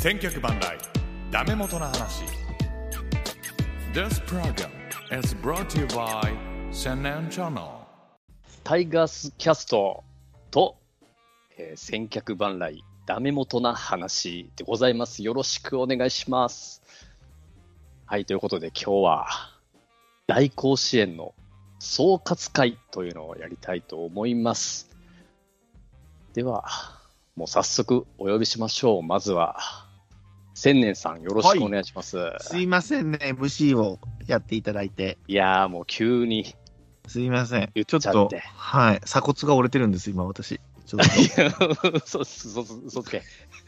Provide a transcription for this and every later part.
千脚万来ダメ元の話。 This program is brought to you by 千年チャンネル。 タイガースキャストと、千脚万来ダメ元な話でございます。よろしくお願いします。はい、ということで今日は大甲子園の総括会というのをやりたいと思います。ではもう早速お呼びしましょう。まずは千年さん、よろしくお願いします。 はい、すいませんね、MC をやっていただいて。 いやーもう急にすいません。 言っちゃって、 ちょっとはい、鎖骨が折れてるんです今私。ちょっとそっけ。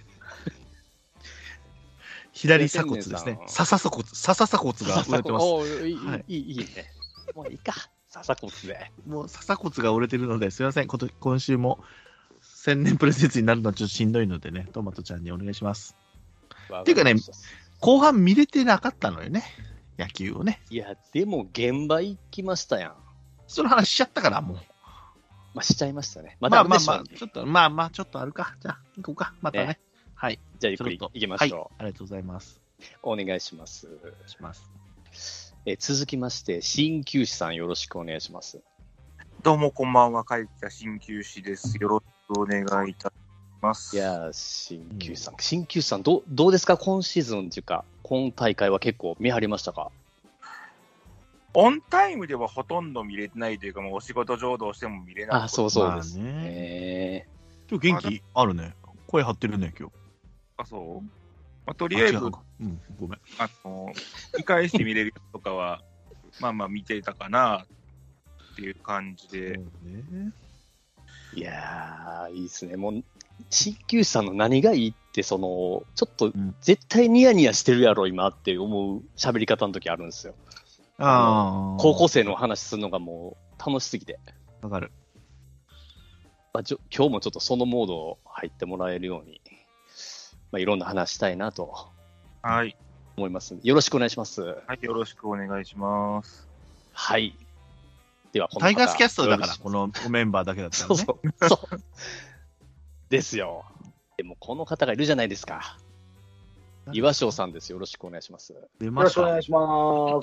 左鎖骨ですね。笹鎖骨が折れてます。 いいね。もういいか。笹骨で。 もう笹骨が折れてるので、すいません。今週も千年プレゼンツになるのはちょっとしんどいのでね、トマトちゃんにお願いします。っていうかね、後半見れてなかったのよね、野球をね。 いや、でも現場行きましたやん。 その話しちゃったから、もう。 まあ、しちゃいましたね。 まあ、ちょっと、ちょっとあるか。じゃあ、行こうか。またね。はい。 じゃあ、ゆっくり行きましょう、 はい。ありがとうございます。 お願いします。続きまして、鍼灸師さん、よろしくお願いします。 どうも、こんばんは。帰った鍼灸師です。よろしくお願いいたします。 いや鍼灸師さん、どうですか、今シーズンというか、今大会は結構見張りましたか？ オンタイムではほとんど見れてないというか、もうお仕事上どうしても見れない。 あ、そうですね。 今日元気あるね。声張ってるね、今日。 あ、そう？まあ、とりあえず、 ごめん。 見返して見れるとかは、まあ見てたかなっていう感じで。 いやー、いいですね。もう、鍼灸師さんの何がいいって、ちょっと、絶対ニヤニヤしてるやろ、今って思う喋り方の時あるんですよ。高校生の話するのがもう楽しすぎて。 わかる。 今日もちょっとそのモード入ってもらえるように、いろんな話したいなと思います。よろしくお願いします。 はい、よろしくお願いします。 はい。では、 タイガースキャストだから、このメンバーだけだったらね。 そうですよ。でも、この方がいるじゃないですか。岩翔さんです。よろしくお願いします。よろしくお願いします。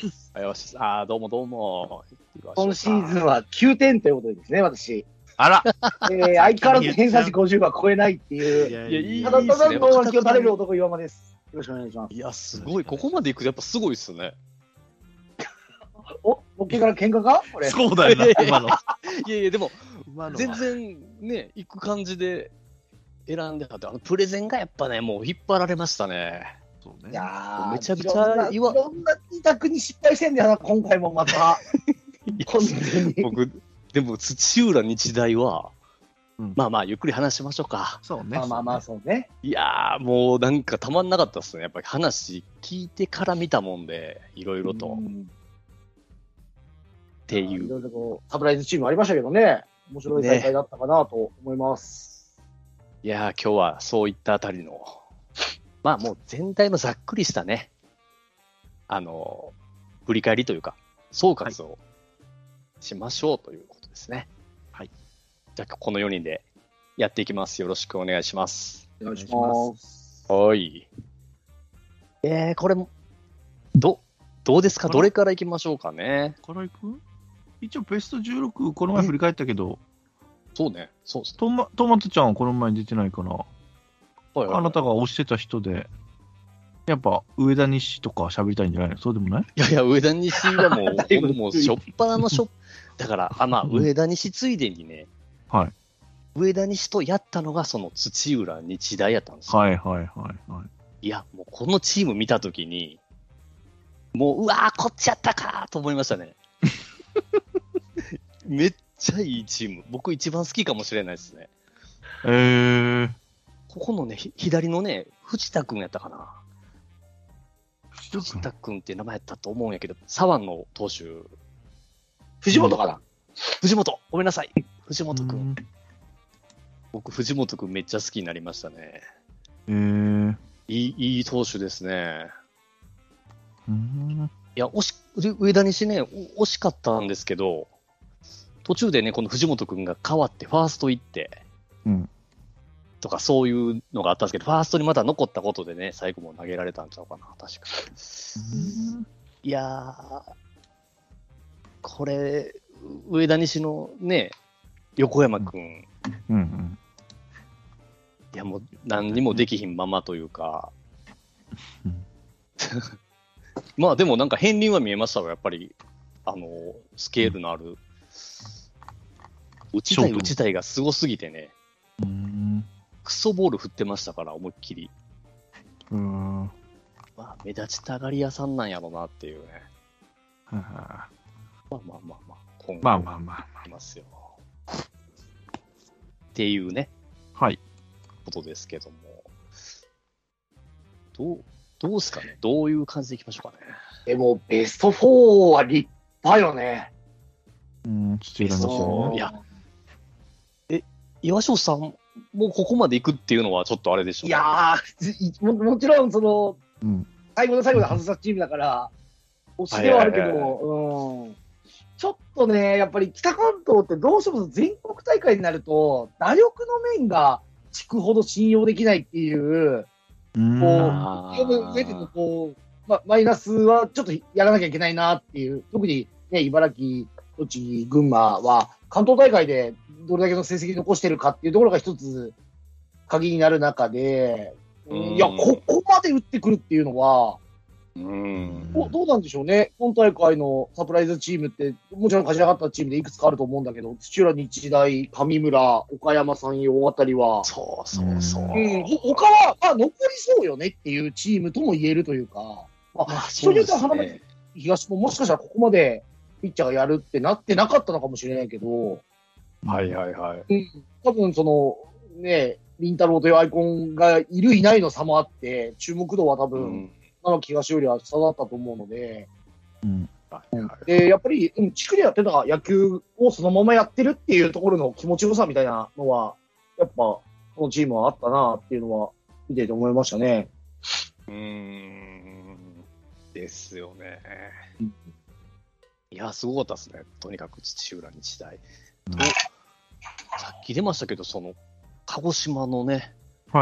どうも。 今シーズンは9点ということでですね、私。 あら、 相変わらず偏差値50は超えないっていう、ただただの脇を垂れる男岩間です。よろしくお願いします。 いや、すごい。ここまでいくとやっぱすごいっすね。 僕から喧嘩かこれ。 そうだよな、今の。 いや、でも、全然ね、行く感じで選んではって、プレゼンがやっぱね、もう引っ張られましたね。 そうね。 いやめちゃくちゃいろんな二択に失敗してんだよな、今回もまた。 僕、でも土浦日大は、ゆっくり話しましょうか。 そうね。 そうね。 いやー、もうなんかたまんなかったっすね。やっぱり話聞いてから見たもんで、いろいろと。っていう。 いろいろとサプライズチームありましたけどね、面白い大会だったかなと思います。 いやー、今日はそういったあたりの、もう全体のざっくりしたね、振り返りというか、総括をしましょうということですね。 はい。 じゃあ、この4人でやっていきます。よろしくお願いします。 お願いします。 はい。これも、どうですか？どれからいきましょうかね。 からいく？一応ベスト16、この前振り返ったけど、 そうね。そうですね。 トマトちゃんはこの前に出てないかな。あなたが推してた人で、やっぱ上田西とか喋りたいんじゃないの？そうでもない？ いや、上田西はもう、もうしょっぱなのだから、上田西ついでにね、 はい。 上田西とやったのが、その土浦日大やったんですよ。 はい。 いや、もうこのチーム見たときに、もう、うわー、こっちやったかーと思いましたね。めっちゃいいチーム。僕一番好きかもしれないですね。ここのね、左のね、藤田くんやったかな。藤田くんって名前やったと思うんやけど、左腕の投手。 藤本かな。 藤本、ごめんなさい。藤本くん。僕、藤本くんめっちゃ好きになりましたね。いい投手ですね。いや、上田西ね、惜しかったんですけど、途中でね、この藤本くんが変わって、ファースト行って、 とかそういうのがあったんですけど、ファーストにまた残ったことでね、最後も投げられたんちゃうかな、確か。いやー、これ、上田西のね、横山くん、いやもう何にもできひんままというか、まあでもなんか片鱗は見えましたわ、やっぱり、スケールのある、打ちたいがすごすぎてね、クソボール振ってましたから、思いっきり。まあ、目立ちたがり屋さんなんやろなっていうね。まあ、今後いますよ。っていうね。 はい。 ことですけども。どうですかね、どういう感じでいきましょうかね。 でも、ベスト4は立派よね。 土浦のいや、岩城さん、もうここまで行くっていうのはちょっとあれでしょう、ね。 いやー、もちろん、最後の最後で外したチームだから、推しではあるけど、ちょっとね、やっぱり北関東ってどうしても全国大会になると、打力の面が地区ほど信用できないっていう、上でのマイナスはちょっとやらなきゃいけないなっていう、特にね、茨城、栃木、群馬は関東大会でどれだけの成績残してるかっていうところが一つ鍵になる中で、いや、ここまで打ってくるっていうのは、どうなんでしょうね。今大会のサプライズチームって、もちろん勝ち上がったチームでいくつかあると思うんだけど、土浦日大、神村、岡山山陽あたりは、 そう。 他は、残りそうよねっていうチームとも言えるというか、そういうと花巻東ももしかしたらここまでピッチャーがやるってなってなかったのかもしれないけど、多分凛太郎というアイコンがいるいないの差もあって、注目度は多分、花巻東よりは下だったと思うので、でやっぱり、地区でやってた野球をそのままやってるっていうところの気持ちよさみたいなのは、やっぱ、このチームはあったなっていうのは、見てて思いましたね。 ですよね。いや、すごかったですね。とにかく土浦日大。さっき出ましたけど、鹿児島のね。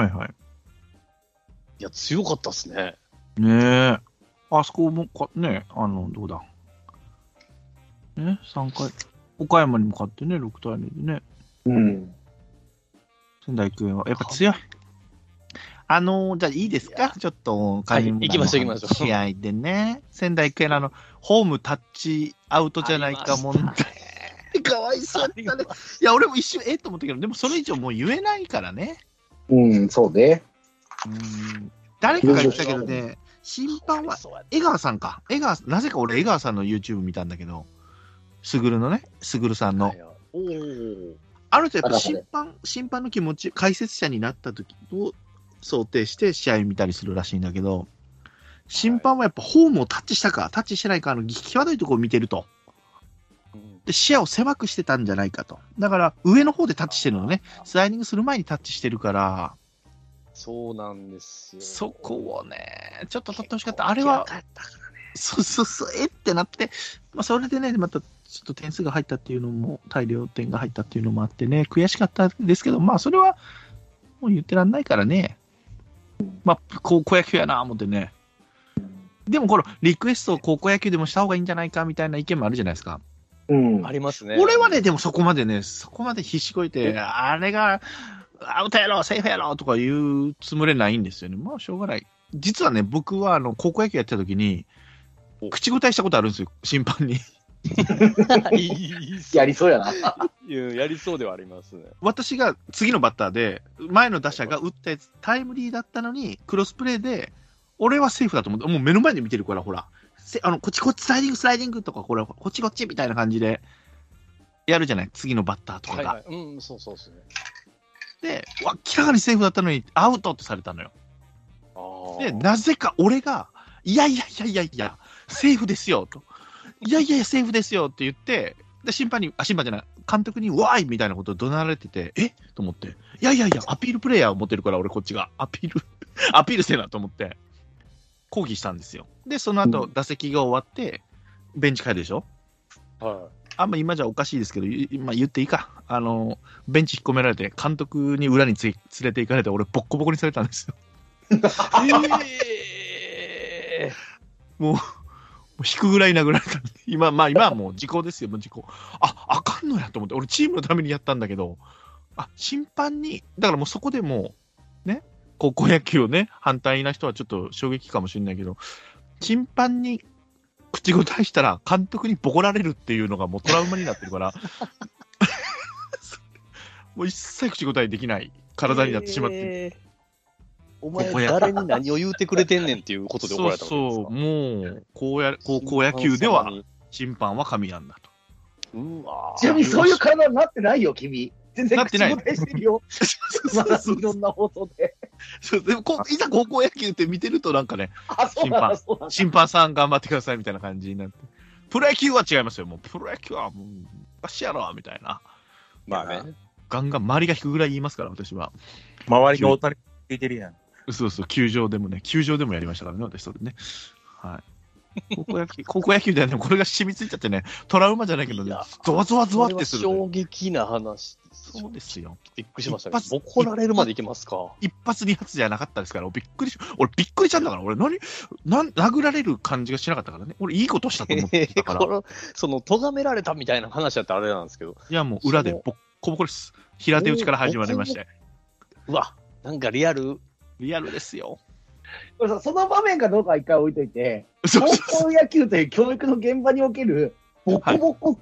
いや、強かったですね。 ねえ。あそこもね、どうだ。3回。岡山にも勝ってね、6対2でね。仙台育英は、やっぱ強い。じゃあいいですか、ちょっと、 行きましょう。 試合でね、仙台育英のホームタッチアウトじゃないか問題。かわいそうだったね。いや、俺も一瞬、と思ったけど、でもそれ以上もう言えないからね。 そうね。 誰かが言ってたけどね、審判は江川さんか。なぜか俺江川さんの YouTube 見たんだけど、すぐるさんの。ある程度やっぱ審判の気持ち、解説者になった時を想定して試合見たりするらしいんだけど、審判はやっぱホームをタッチしたか、タッチしてないか、際どいところを見てると。で、視野を狭くしてたんじゃないかと。だから、上の方でタッチしてるのね。スライディングする前にタッチしてるから、 そうなんですよ。 そこをね、ちょっと取ってほしかった。あれは、ってなって、それでね、またちょっと点数が入ったっていうのも、大量点が入ったっていうのもあってね、悔しかったですけど、それは、もう言ってらんないからね。高校野球やな、思ってね。でも、このリクエストを高校野球でもした方がいいんじゃないかみたいな意見もあるじゃないですか。 ありますね。 俺はね、でもそこまで必死こいて、あれが、アウトやろ、セーフやろとか言うつもりないんですよね。しょうがない。実はね、僕は高校野球やってた時に、口答えしたことあるんですよ、審判に。 やりそうやな。 やりそうではありますね。 私が次のバッターで、前の打者が打ったやつ、タイムリーだったのに、クロスプレーで、俺はセーフだと思って、もう目の前で見てるから、ほら。こっちスライディングとか、こっちみたいな感じで、やるじゃない、次のバッターとかが。 そうですね。 で、明らかにセーフだったのに、アウトってされたのよ。で、なぜか俺が、いや、セーフですよ、と。いや、セーフですよって言って、で、審判じゃない、監督に、わーいみたいなことを怒鳴られてて、と思って、いや、アピールプレイヤーを持ってるから、俺こっちが、アピールせえなと思って、抗議したんですよ。で、その後、打席が終わって、ベンチ帰るでしょ。 あんま今じゃおかしいですけど、今言っていいか。ベンチ引っ込められて、監督に裏に連れて行かれて、俺、ボッコボコにされたんですよ。もう引くぐらい殴られたんで、今はもう時効ですよ、もう時効。あかんのやと思って、俺、チームのためにやったんだけど、審判に、だからもうそこでもう、ね、高校野球をね、反対な人はちょっと衝撃かもしれないけど、審判に口答えしたら、監督にボコられるっていうのがもうトラウマになってるから、もう一切口答えできない体になってしまって。 お前、誰に何を言うてくれてんねんっていうことで怒られたわけですか。 そう、もう、高校野球では、審判は神なんだと。 ちなみにそういう体になってないよ、君。全然口答えしてるよ。まだいろんな放送で。 でもいざ高校野球って見てるとなんかね、審判さん頑張ってくださいみたいな感じになって。プロ野球は違いますよ。もうプロ野球はもう、昔やろみたいな。 まあね。 ガンガン周りが引くぐらい言いますから、私は。 周りが大谷聞いてるやん。 そうそう、球場でもやりましたからね、私それね。はい。高校野球ではね、これが染みついちゃってね、トラウマじゃないけどね、ゾワゾワゾワってする。 衝撃な話。 そうですよ。 びっくりしましたね。怒られるまでいけますか。 一発二発じゃなかったですから、俺びっくりしちゃったから、俺殴られる感じがしなかったからね。俺いいことしたと思ってたから。 咎められたみたいな話だったらあれなんですけど。 いや、もう裏でボッコボコです。平手打ちから始まりまして。 うわ、なんかリアルですよ。 これさ、その場面かどうかは一回置いといて、高校野球という教育の現場におけるボコボコって、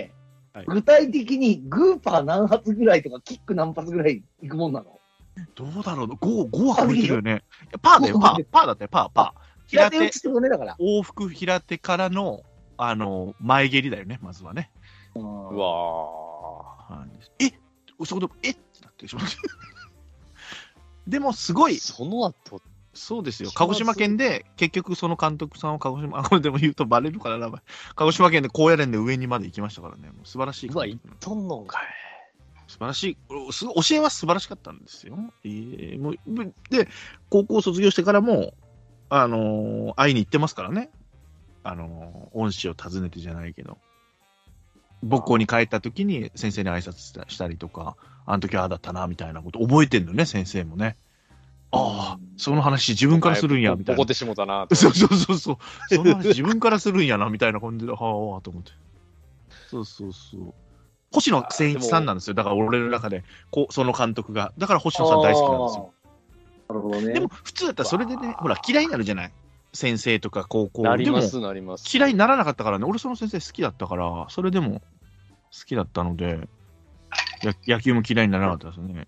具体的にグーパー何発ぐらいとかキック何発ぐらいいくもんなの？ どうだろうな、5は超えてるよね。パーだよ、パーだって、パー。 平手打ちってことね、だから。 往復平手からの、前蹴りだよね、まずはね。 うわー。そこで、ってなってしまう。でも、すごい。 その後。 そうですよ。鹿児島県で、結局その監督さんはこれでも言うとバレるからな、鹿児島県で高野連で上にまで行きましたからね。もう素晴らしい。 うわ、行っとんのんかい。 素晴らしい。教えは素晴らしかったんですよ。で、高校卒業してからも、会いに行ってますからね。恩師を訪ねてじゃないけど。母校に帰った時に先生に挨拶したりとか、あの時ああだったな、みたいなこと覚えてんのね、先生もね。ああ、その話自分からするんや、みたいな。 怒ってしもたな。 そう。その話自分からするんやな、みたいな感じで、はあ、と思って。そう。星野千一さんなんですよ。だから俺の中で、その監督が。だから星野さん大好きなんですよ。 なるほどね。 でも、普通だったらそれでね、ほら、嫌いになるじゃない。先生とか高校なります。 嫌いにならなかったからね。俺その先生好きだったから、それでも好きだったので、野球も嫌いにならなかったですね。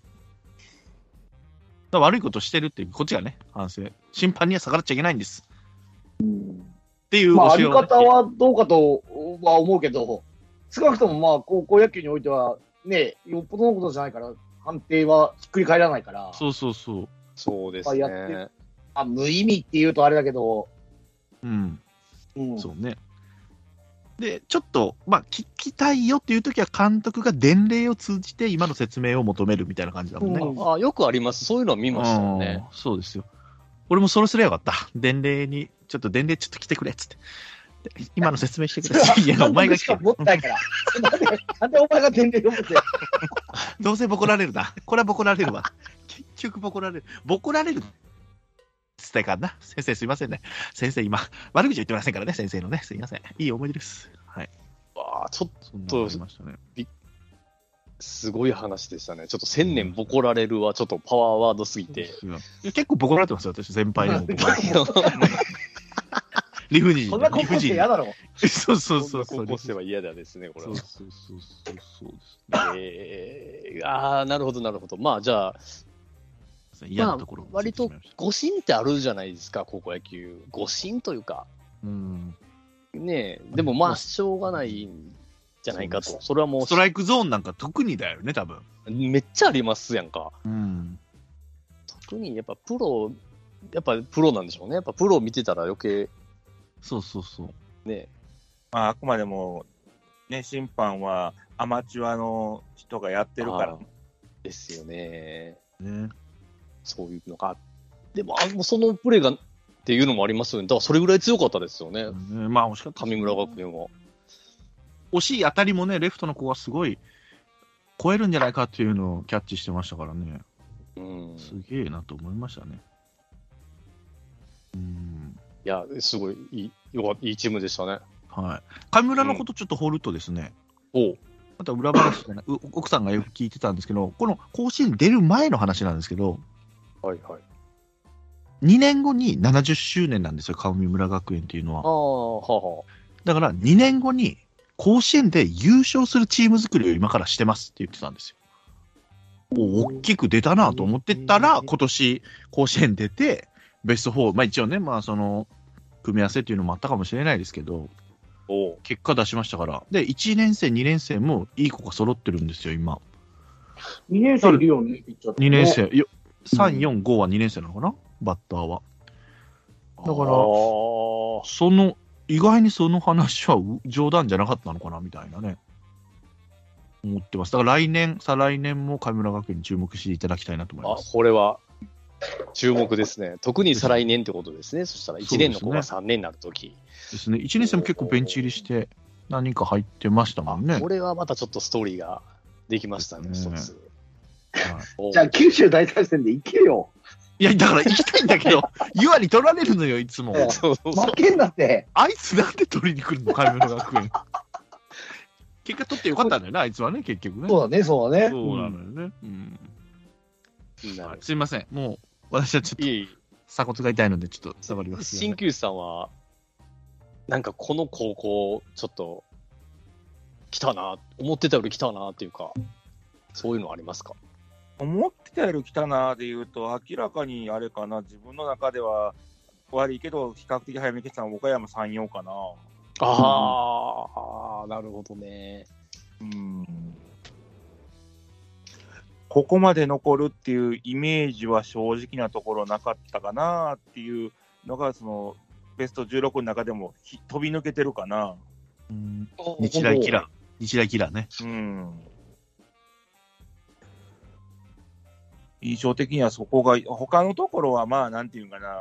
悪いことしてるっていう、こっちがね、反省。審判には逆らっちゃいけないんです。っていうあり方はどうかとは思うけど、少なくとも高校野球においては、ね、よっぽどのことじゃないから、判定はひっくり返らないから。 そう。 そうですね。 無意味って言うとあれだけど。 そうね。で、ちょっと、聞きたいよっていうときは、監督が伝令を通じて今の説明を求めるみたいな感じだもんね。 よくあります。そういうのは見ましたよね。 そうですよ。俺もそれすればよかった。伝令ちょっと来てくれっつって。今の説明してくれ。いや、お前が来て。 持ってないから。なんでお前が伝令を持って。 どうせボコられるな。これはボコられるわ。結局ボコられる。伝えかんな。先生すいませんね。先生今、悪口言ってませんからね、先生のね。すいません。いい思い出です。はい。 ちょっと、すごい話でしたね。ちょっと1000年ボコられるはちょっとパワーワードすぎて。 結構ボコられてますよ、私、先輩にも。理不尽。 そんな高校生嫌だろ。 そう。 高校生は嫌だですね、これは。 そうです。なるほど。じゃあ、 嫌なところ割と誤審ってあるじゃないですか、高校野球。誤審というか。ねえ、でもしょうがないんじゃないかと。それはもう。 ストライクゾーンなんか特にだよね、多分。 めっちゃありますやんか。特にやっぱプロなんでしょうね。やっぱプロを見てたら余計。 そう。 ねえ。 あくまでも、ね、審判はアマチュアの人がやってるから。 ですよね。そういうのが。でも、そのプレーがっていうのもありますよね。だからそれぐらい強かったですよね。 惜しかった。 神村学園は。 惜しい当たりもね、レフトの子はすごい、超えるんじゃないかっていうのをキャッチしてましたからね。すげえなと思いましたね。 いや、すごいいいチームでしたね。 はい。神村のことちょっと掘るとですね、また裏話じゃない、奥さんがよく聞いてたんですけど、この甲子園出る前の話なんですけど、 はいはい。 2年後に70周年なんですよ、神村学園っていうのは。 はだから2年後に甲子園で優勝するチーム作りを今からしてますって言ってたんですよ。大きく出たなと思ってたら、今年甲子園出て、ベスト4、まあ一応ね、まあその、組み合わせっていうのもあったかもしれないですけど、結果出しましたから。で、1年生、2年生もいい子が揃ってるんですよ、今。 2年生いるよね、ピッチャー。 2年生。3、4、5は2年生なのかな、バッターは。だから、意外にその話は冗談じゃなかったのかな、みたいなね。思ってます。だから来年、再来年も神村学園に注目していただきたいなと思います。 これは注目ですね。特に再来年ってことですね。そしたら1年の子が3年になるとき。 ですね。1年生も結構ベンチ入りして何人か入ってましたもんね。 これはまたちょっとストーリーができましたね、一つ。 じゃあ九州大作戦で行けよ。 いや、だから行きたいんだけど、ユアに取られるのよ、いつも。 負けんなって。 あいつなんで取りに来るの、神村学園。結果取ってよかったんだよな、あいつはね、結局ね。 そうだね、そうだね。 そうなのよね。すいません、もう、私はちょっと、鎖骨が痛いので、ちょっと下がります。 鍼灸師さんは、なんかこの高校、ちょっと、来たな、思ってたより来たなっていうか、そういうのありますか？ 思ってたより来たなで言うと、明らかにあれかな、自分の中では悪いけど、比較的早めに来たのは岡山山陽かな。 なるほどね。 ここまで残るっていうイメージは正直なところなかったかなっていうのが、そのベスト16の中でも飛び抜けてるかな。 日大キラー。日大キラーね。 印象的にはそこが、他のところはまあ、なんていうんかな、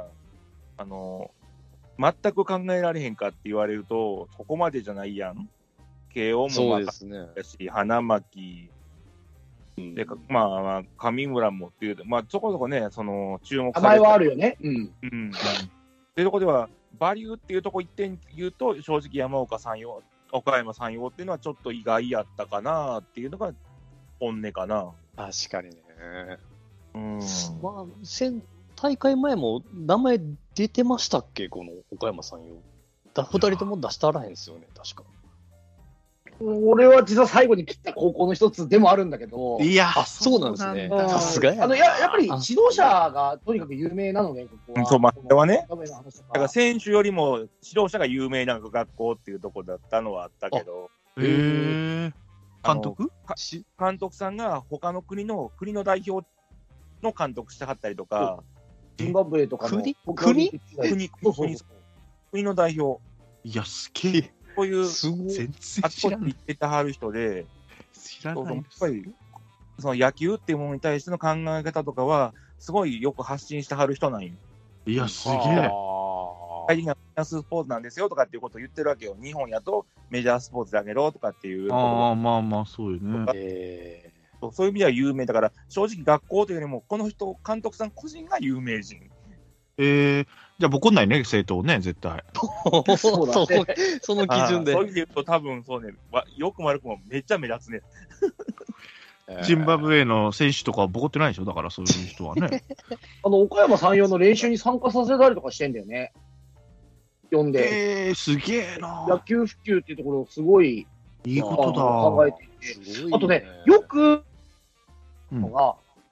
全く考えられへんかって言われると、そこまでじゃないやん。慶応もだし、花巻、で、まあ、上村もっていう、まあ、そこそこね、その、注目されて。 名前はあるよね。 っていうところでは、バリューっていうところ一点言うと、正直山岡山陽、岡山山陽っていうのはちょっと意外やったかなっていうのが本音かな。 確かにね。まあ、大会前も名前出てましたっけ、この岡山山陽。2人とも出したらへんですよね、確か。 俺は実は最後に切った高校の一つでもあるんだけど。 いや、 そうなんですね。さすがや。 やっぱり指導者がとにかく有名なのね、ここは。 そう、まあ、はね。だから選手よりも指導者が有名な学校っていうところだったのはあったけど。 監督さんが他の国の代表の監督してはったりとか。 ジンバブエとかの国の代表。 いや、すげえ。 こういう、 全然知らない。出てはる人で、やっぱり、その野球っていうものに対しての考え方とかは、すごいよく発信してはる人なんよ。 いや、すげえ。 大事なスポーツなんですよとかっていうことを言ってるわけよ。日本やとメジャースポーツだけどとかっていう。 まあまあ、そうよね。 そういう意味では有名だから、正直学校というよりも、この人、監督さん個人が有名人。 じゃあ、ボコんないね、生徒をね、絶対。 その基準で。 そういう意味で言うと、多分そうね、よくも悪くもめっちゃ目立つね。 ジンバブエの選手とかはボコってないでしょ、だからそういう人はね。 岡山山陽の練習に参加させたりとかしてんだよね。呼んで。 すげえな。 野球普及っていうところをすごいいいことだ考えていて。あとね、よくのが、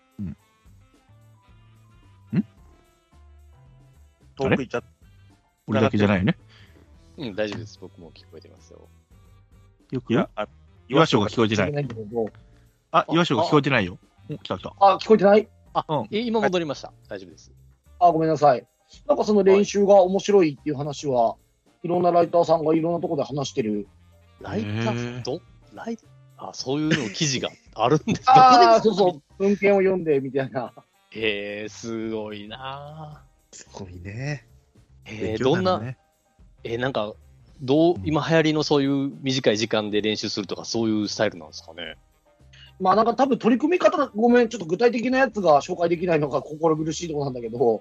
遠く行っちゃった。 俺だけじゃないよね。 大丈夫です。僕も聞こえてますよ。 よく岩翔が聞こえてない。岩翔が聞こえてないよ。来た来た。 聞こえてない？ 今戻りました。大丈夫です。 ごめんなさい。なんかその練習が面白いっていう話は、いろんなライターさんがいろんなところで話してる。 ライターそういうの記事があるんですか？ そうそう。文献を読んでみたいな。 すごいな。 すごいね。 どんな、なんか、 今流行りのそういう短い時間で練習するとか、そういうスタイルなんですかね。 まあなんか多分取り組み方、ごめん、ちょっと具体的なやつが紹介できないのが心苦しいところなんだけど、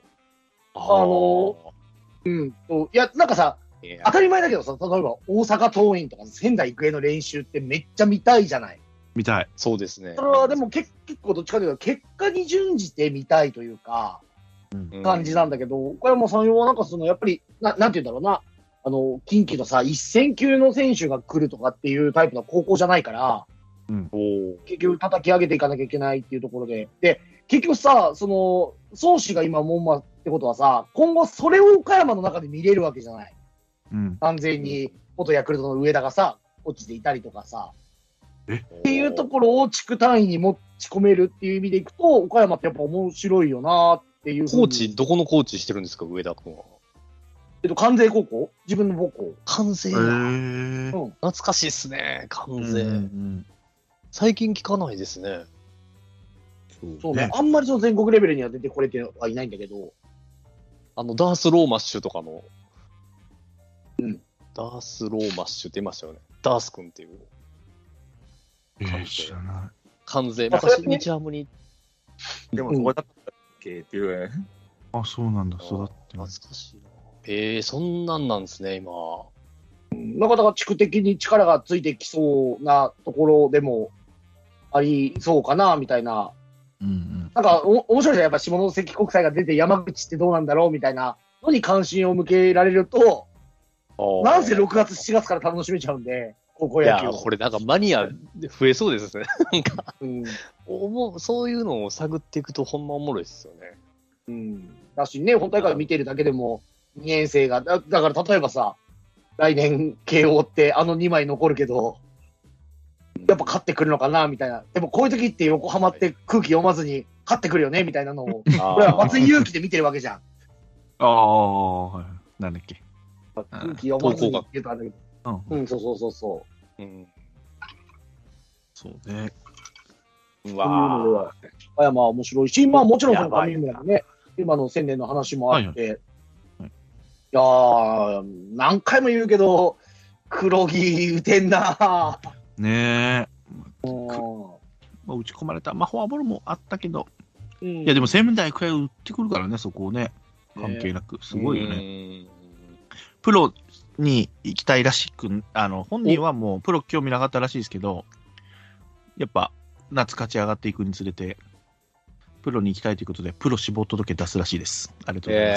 いや、なんかさ、当たり前だけどさ、例えば大阪桐蔭とか仙台育英の練習ってめっちゃ見たいじゃない。 見たい。 そうですね。 それはでも結構どっちかというと、結果に準じて見たいというか、感じなんだけど、これも山陽はなんかやっぱり、なんて言うんだろうな、近畿のさ、一戦級の選手が来るとかっていうタイプの高校じゃないから、結局叩き上げていかなきゃいけないっていうところで、で、結局さ、宗師が今門馬ってことはさ、今後それを岡山の中で見れるわけじゃない。完全に元ヤクルトの上田がさ、落ちていたりとかさ、っていうところを地区単位に持ち込めるっていう意味でいくと、岡山ってやっぱ面白いよなっていう。 コーチ、どこのコーチしてるんですか、上田君は。 関西高校、自分の母校。 関西懐かしいっすね、関西。最近聞かないですね。 そうね。あんまり全国レベルには出てこれてはいないんだけど。 ダースローマッシュとかの。ダースローマッシュって言いましたよね。ダース君っていう。 知らない。 関西、昔、日ハムに。 でもそこだったっけっていうね。 あ、そうなんだ、育って。 懐かしいな。そんなんなんですね、今。 なかなか地区的に力がついてきそうなところでもありそうかな、みたいな。なんか、面白いじゃん。やっぱ下関国際が出て山口ってどうなんだろうみたいなのに関心を向けられると、なんせ6月、7月から楽しめちゃうんで、高校野球。 いや、これなんかマニア増えそうですね。なんか、そういうのを探っていくとほんまおもろいですよね。 だしね、本大会見てるだけでも、2年生が、だから例えばさ、来年、慶応って2枚残るけど、やっぱ勝ってくるのかなみたいな。でもこういう時って横浜って空気読まずに勝ってくるよねみたいなのを、俺は松井裕樹で見てるわけじゃん。 なんだっけ。 空気読まずにって言うとあれだけど。そう。 そうね。 岡山は面白いし、まあもちろんその上村のね、今の1000年の話もあって、いやー、何回も言うけど、黒木打てんなねえ。打ち込まれた。フォアボールもあったけど。いや、でも仙台育英打ってくるからね、そこをね。関係なく。すごいよね。プロに行きたいらしく、本人はもうプロ興味なかったらしいですけど、やっぱ、夏勝ち上がっていくにつれて、プロに行きたいということで、プロ志望届出すらしいです。ありがとうございます。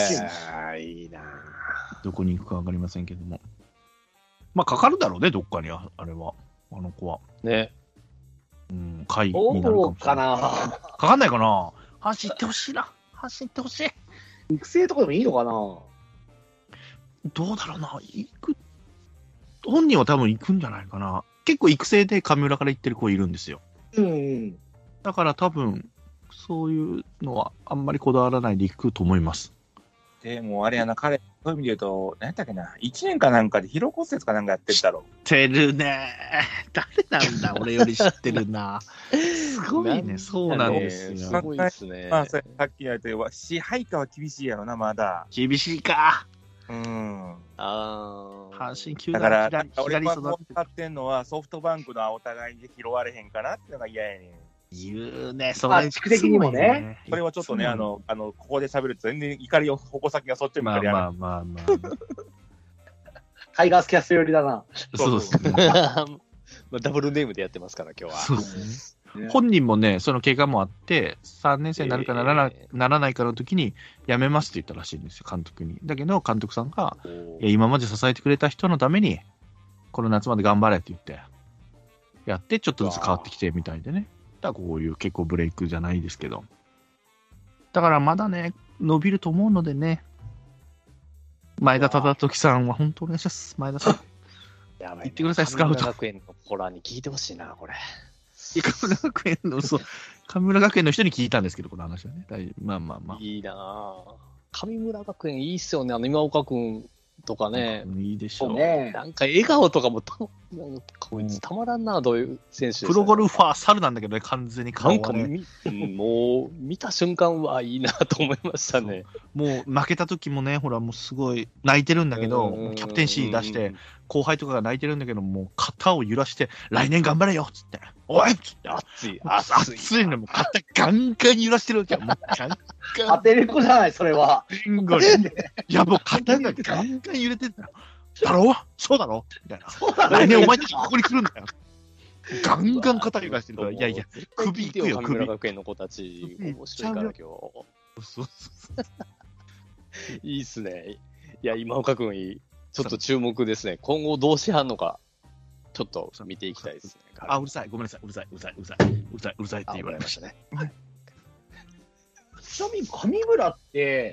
いいなどこに行くか分かりませんけども。かかるだろうね、どっかに、あれは。あの子は。 ね。 会になるかもしれない。かかんないかな。走ってほしいな。走ってほしい。 育成とかでもいいのかな。 どうだろうな。本人は多分行くんじゃないかな。結構育成で上村から行ってる子いるんですよ。だから多分、そういうのはあんまりこだわらないで行くと思います。 でもあれやな、彼、そういう意味で言うと、何やったっけな、1年かなんかで疲労骨折かなんかやってるだろう。 知ってるね。誰なんだ、俺より知ってるな。すごいね、そうなんですよ。 すごいですね。 さっき言われたように、支配下は厳しいやろな、まだ。 厳しいか。 阪神球団だから、俺が分かってんのは、ソフトバンクのお互いで拾われへんかなってのが嫌やねん。 言うね、それ地区的にもね。 それはちょっとね、ここで喋ると全然怒りを矛先がそっちに向かりやまあ。 タイガースキャスト寄りだな。 そうですね。 ダブルネームでやってますから、今日は。 そうですね。本人もね、その怪我もあって、3年生になるかならないかの時に、辞めますって言ったらしいんですよ、監督に。だけど、監督さんが、今まで支えてくれた人のために、この夏まで頑張れって言って、やって、ちょっとずつ変わってきてみたいでね。だからこういう結構ブレイクじゃないですけど。だからまだね、伸びると思うのでね、前田忠時さんは本当お願いします。前田さん。 やばい、 言ってください、スカウト。 神村学園のコラに聞いてほしいな、これ。 神村学園の、神村学園の人に聞いたんですけど、この話はね。まあ。 いいなぁ。神村学園いいっすよね、今岡君とかね。 いいでしょう。 なんか笑顔とかもこいつたまらんな、どういう選手ですか。 プロゴルファー猿なんだけどね、完全に顔がね。 もう見た瞬間はいいなと思いましたね。 もう負けた時もね、ほらもうすごい泣いてるんだけど、キャプテンシー出して、 後輩とかが泣いてるんだけど、もう肩を揺らして、来年頑張れよっつって、おいっつって、熱いの、もう肩ガンガン揺らしてるわけよ。もうガンガン。 当てる子じゃない、それは。 いや、もう肩がガンガン揺れてんだよ。だろそうだろみたいな。来年お前たちここに来るんだよ。ガンガン肩揺らしてるから、いやいや、首いくよ、 神村学園の子たち、面白いから今日。いいっすね。いや、今岡君いい。ちょっと注目ですね。今後どうしはんのか、ちょっと見ていきたいですね。 うるさい。ごめんなさい。うるさいって言われましたね。 ちなみに上村って、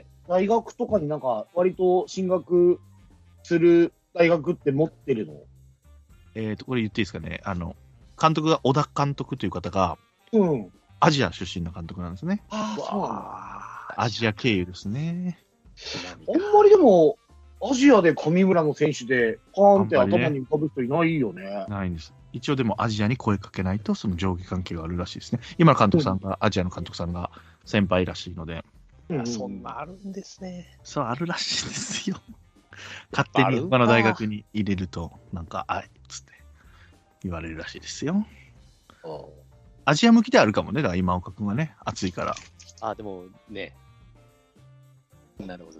大学とかになんか、割と進学する大学って持ってるの？ これ言っていいですかね。監督が小田監督という方が、アジア出身の監督なんですね。 ああ、そうなんだ。 アジア経由ですね。 あんまりでも、アジアで上村の選手で、パーンって頭に浮かぶ人いないよね。 ないんです。一応でもアジアに声かけないと、その上下関係があるらしいですね。今の監督さんが、アジアの監督さんが先輩らしいので。 そんなあるんですね。 そう、あるらしいですよ。勝手に他の大学に入れると、なんか、あいっつって言われるらしいですよ。アジア向きであるかもね、だから今岡君はね、暑いから。 でもね。なるほど。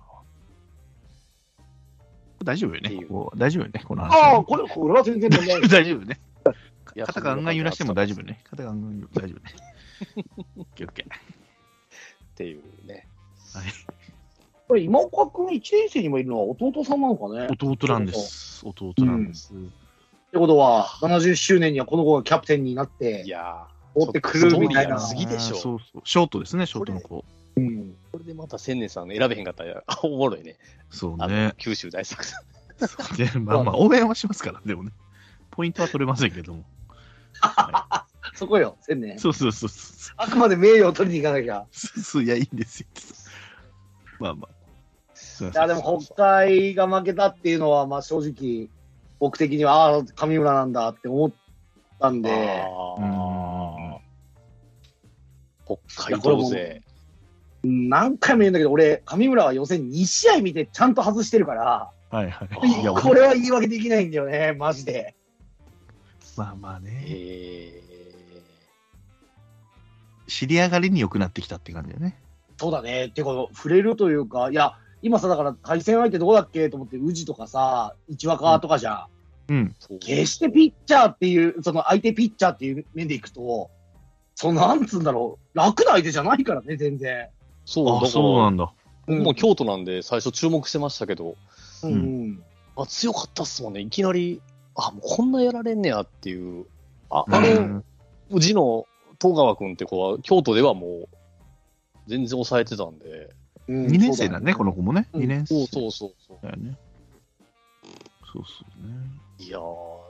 大丈夫よね。大丈夫よね、この話。 これは全然問題ない。 大丈夫ね。肩がガンガン揺らしても大丈夫ね。肩がガンガン大丈夫ね。オッケー。 っていうね。 はい。 これ、今岡君1年生にもいるのは弟さんなのかね？ 弟なんです。 ってことは、70周年にはこの子がキャプテンになって、追ってくるみたいな。 次でしょ。 そう。ショートですね、ショートの子。 これでまた千年さん選べへんかったら、おもろいね。 そうね。 九州大作戦。 まあ応援はしますから、でもね。ポイントは取れませんけども。 そこよ、千年。 そう。 あくまで名誉を取りに行かなきゃ。 いや、いいんですよ。まあ。 いや、でも北海が負けたっていうのは、まあ正直、僕的には、上村なんだって思ったんで。 北海道勢。 何回も言うんだけど、俺、上村は予選2試合見てちゃんと外してるから、これは言い訳できないんだよね、マジで。 まあね。知り上がりに良くなってきたって感じだよね。 そうだね。てか、触れるというか、いや、今さ、だから対戦相手どうだっけと思って、宇治とかさ、市若とかじゃん。決してピッチャーっていう、その相手ピッチャーっていう面でいくと、なんつうんだろう、楽な相手じゃないからね、全然。 そうなんだ。 もう京都なんで最初注目してましたけど、強かったっすもんね。いきなり、もうこんなやられんねやっていう。宇治の東川君って子は、京都ではもう、全然抑えてたんで。 2年生だね、この子もね。2年生。 そう。 だよね。そうね。 いやー。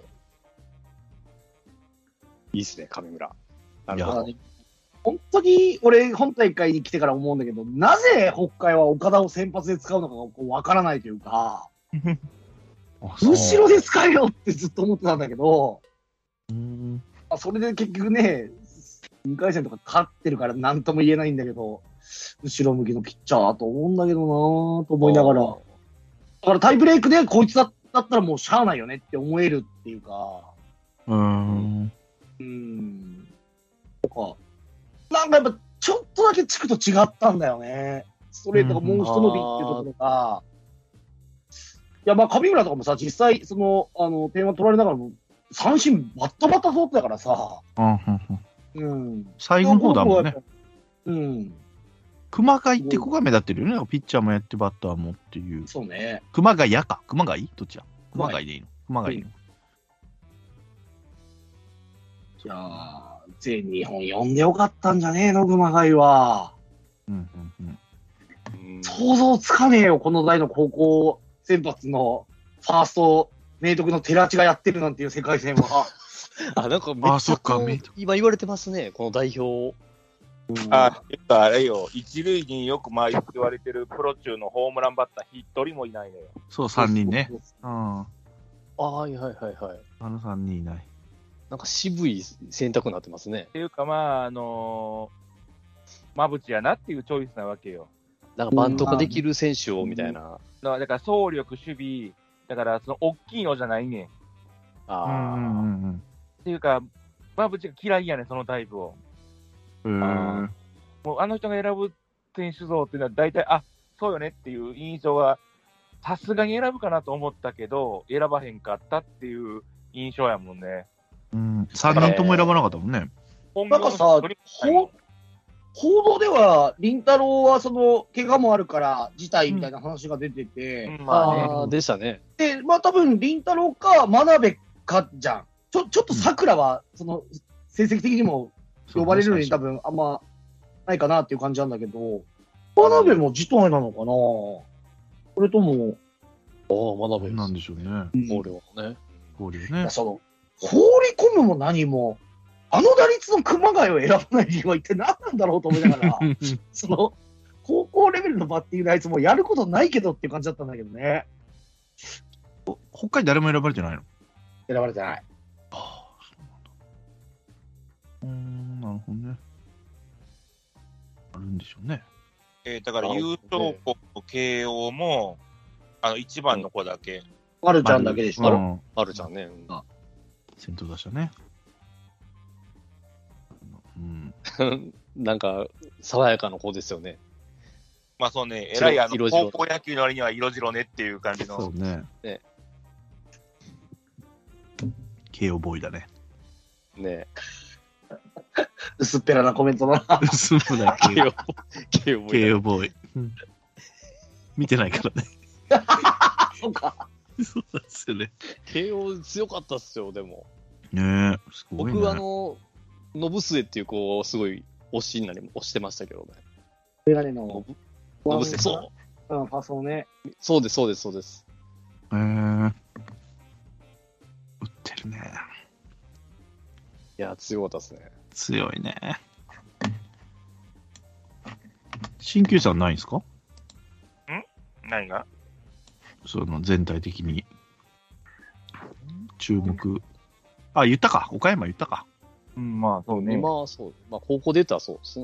いいっすね、上村。なるほど。 本当に俺、本大会に来てから思うんだけど、なぜ北海は岡田を先発で使うのかがわからないというか、後ろで使えよってずっと思ってたんだけど、それで結局ね、2回戦とか勝ってるから何とも言えないんだけど、後ろ向きのピッチャーと思うんだけどなぁと思いながら、だからタイブレイクでこいつだったらもうしゃあないよねって思えるっていうか、とか、なんかやっぱちょっとだけ地区と違ったんだよね。ストレートがもう一伸びっていうところが、いやまあ上村とかもさ、実際点は取られながらも三振バッタバタ取ってたからさ。 最後の方だもんね。熊谷って子が目立ってるよね。ピッチャーもやってバッターもっていう。 そうね。 熊谷か熊谷どっちだ熊谷でいいの熊谷の。 いやー、全日本呼んでよかったんじゃねえの、熊谷は。想像つかねえよ、この代の高校先発のファースト、明徳の寺地がやってるなんていう世界戦は。 なんかめっちゃ今言われてますね、この代表。 あれよ、一塁によくよく言われてるプロ中のホームランバッター一人もいないのよ。 そう、3人ね。 はい。 あの3人いない。 なんか渋い選択になってますね。 っていうか馬淵やなっていうチョイスなわけよ。 なんかバントができる選手をみたいな。 だから走力、守備、 だからその大きいのじゃないねん。っていうか、馬淵が嫌いやねん、そのタイプを。もうあの人が選ぶ選手像っていうのは大体、そうよねっていう印象は、さすがに選ぶかなと思ったけど、選ばへんかったっていう印象やもんね。 3人とも選ばなかったもんね。 なんかさ、報道では、凛太郎はその怪我もあるから辞退みたいな話が出てて、 でしたね。 で、多分凛太郎か真鍋かじゃん。ちょっと桜はその成績的にも呼ばれるのに多分あんまないかなっていう感じなんだけど、真鍋も辞退なのかな。それとも、 真鍋なんでしょうね。 広陵ね。 その放り込むも何も。打率の熊谷を選ばない理由は一体何なんだろうと思いながら、その、高校レベルのバッティングのあいつもやることないけどっていう感じだったんだけどね。 他に誰も選ばれてないの？ 選ばれてない。 そうなんだ。なるほどね。あるんでしょうね。 だから、優勝国と慶応も、1番の子だけ。 丸ちゃんだけでしょ。 丸ちゃんね。 先頭打者ね。 なんか、爽やかな子ですよね。 まあそうね、えらい高校野球の割には色白ねっていう感じの。 そうね。慶応ボーイだね。 ね薄っぺらなコメントだな。 薄っぺらな慶応ボーイ。見てないからね。 そうか。 そうなんですよね。 慶応強かったっすよ、でも。 ねえ、すごいね。 僕信末っていう子をすごい推してましたけどね。 メガネの信末、そう。 ファーストね。 そうです。 売ってるね。 いや、強かったですね。 強いね。鍼灸師さんないんですか？ 何が？ その全体的に注目。言ったか。岡山言ったか。 まあそうね。 今はそう。まあ高校出たらそうです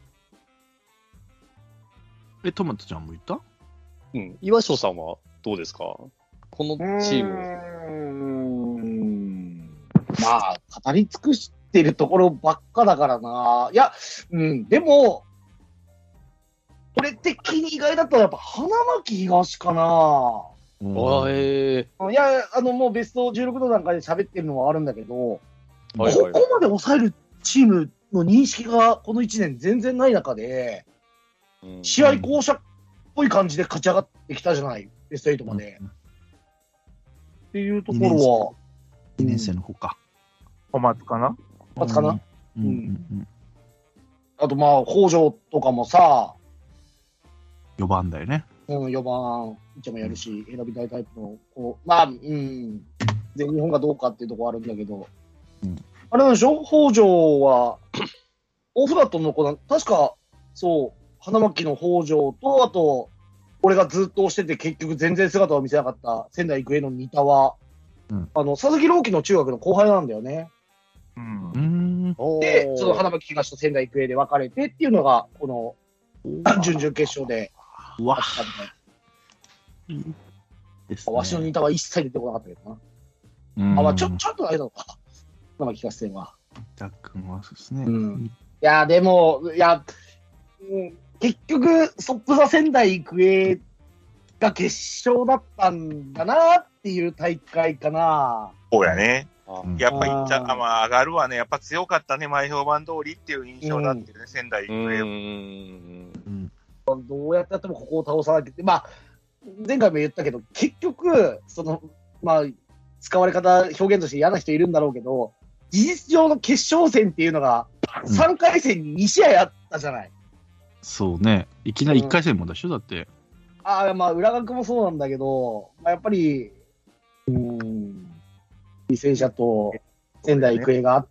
ね。 トマトちゃんも言った？ 岩翔さんはどうですか？このチーム。まあ、語り尽くしてるところばっかだからな。いや、でも、俺的に意外だったらやっぱ花巻東かな。いや、もうベスト16の段階で喋ってるのはあるんだけど、ここまで抑えるチームの認識がこの1年全然ない中で、試合巧者っぽい感じで勝ち上がってきたじゃない、ベスト8まで。っていうところは。 2年生の方か。 小松かな？ あと北条とかもさ、 4番だよね。 4番、いちゃもやるし、選びたいタイプの全日本がどうかっていうところあるんだけど、あれなんでしょ、北条は、オフラットの子確か、そう、花巻の北条と、あと、俺がずっと押してて結局全然姿を見せなかった仙台育英の三田は、佐々木朗希の中学の後輩なんだよね。で、その花巻東と仙台育英で分かれてっていうのが、この、準々決勝であったんで。わしの三田は一切出てこなかったけどな。ちょっとあれだろうか。花巻東戦は。 ダックンはそうですね。 いや、でも、結局、ソップザ仙台育英が決勝だったんだなっていう大会かな。 そうやね。やっぱり上がるわね。やっぱ強かったね。前評判通りっていう印象だっていうね、仙台育英。 どうやってやってもここを倒さなきゃって、前回も言ったけど、結局、使われ方、表現として嫌な人いるんだろうけど、事実上の決勝戦っていうのが、3回戦に2試合あったじゃない。 そうね。いきなり1回戦もだしょ、だって。 裏学もそうなんだけど、やっぱり、履正社と仙台育英があって、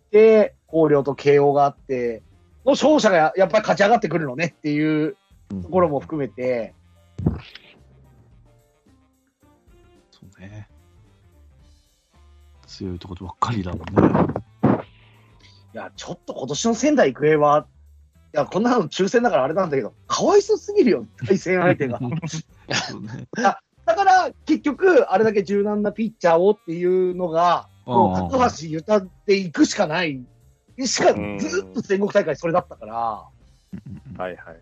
広陵と慶応があって、の勝者がやっぱり勝ち上がってくるのねっていうところも含めて。 そうね。強いところばっかりだもんね。 いや、ちょっと今年の仙台育英は、こんなの抽選だからあれなんだけど、かわいそうすぎるよ、対戦相手が。ただから、結局、あれだけ柔軟なピッチャーをっていうのが、もう、高橋ゆたっていくしかない。しか、ずっと全国大会それだったから。 はいはいはい。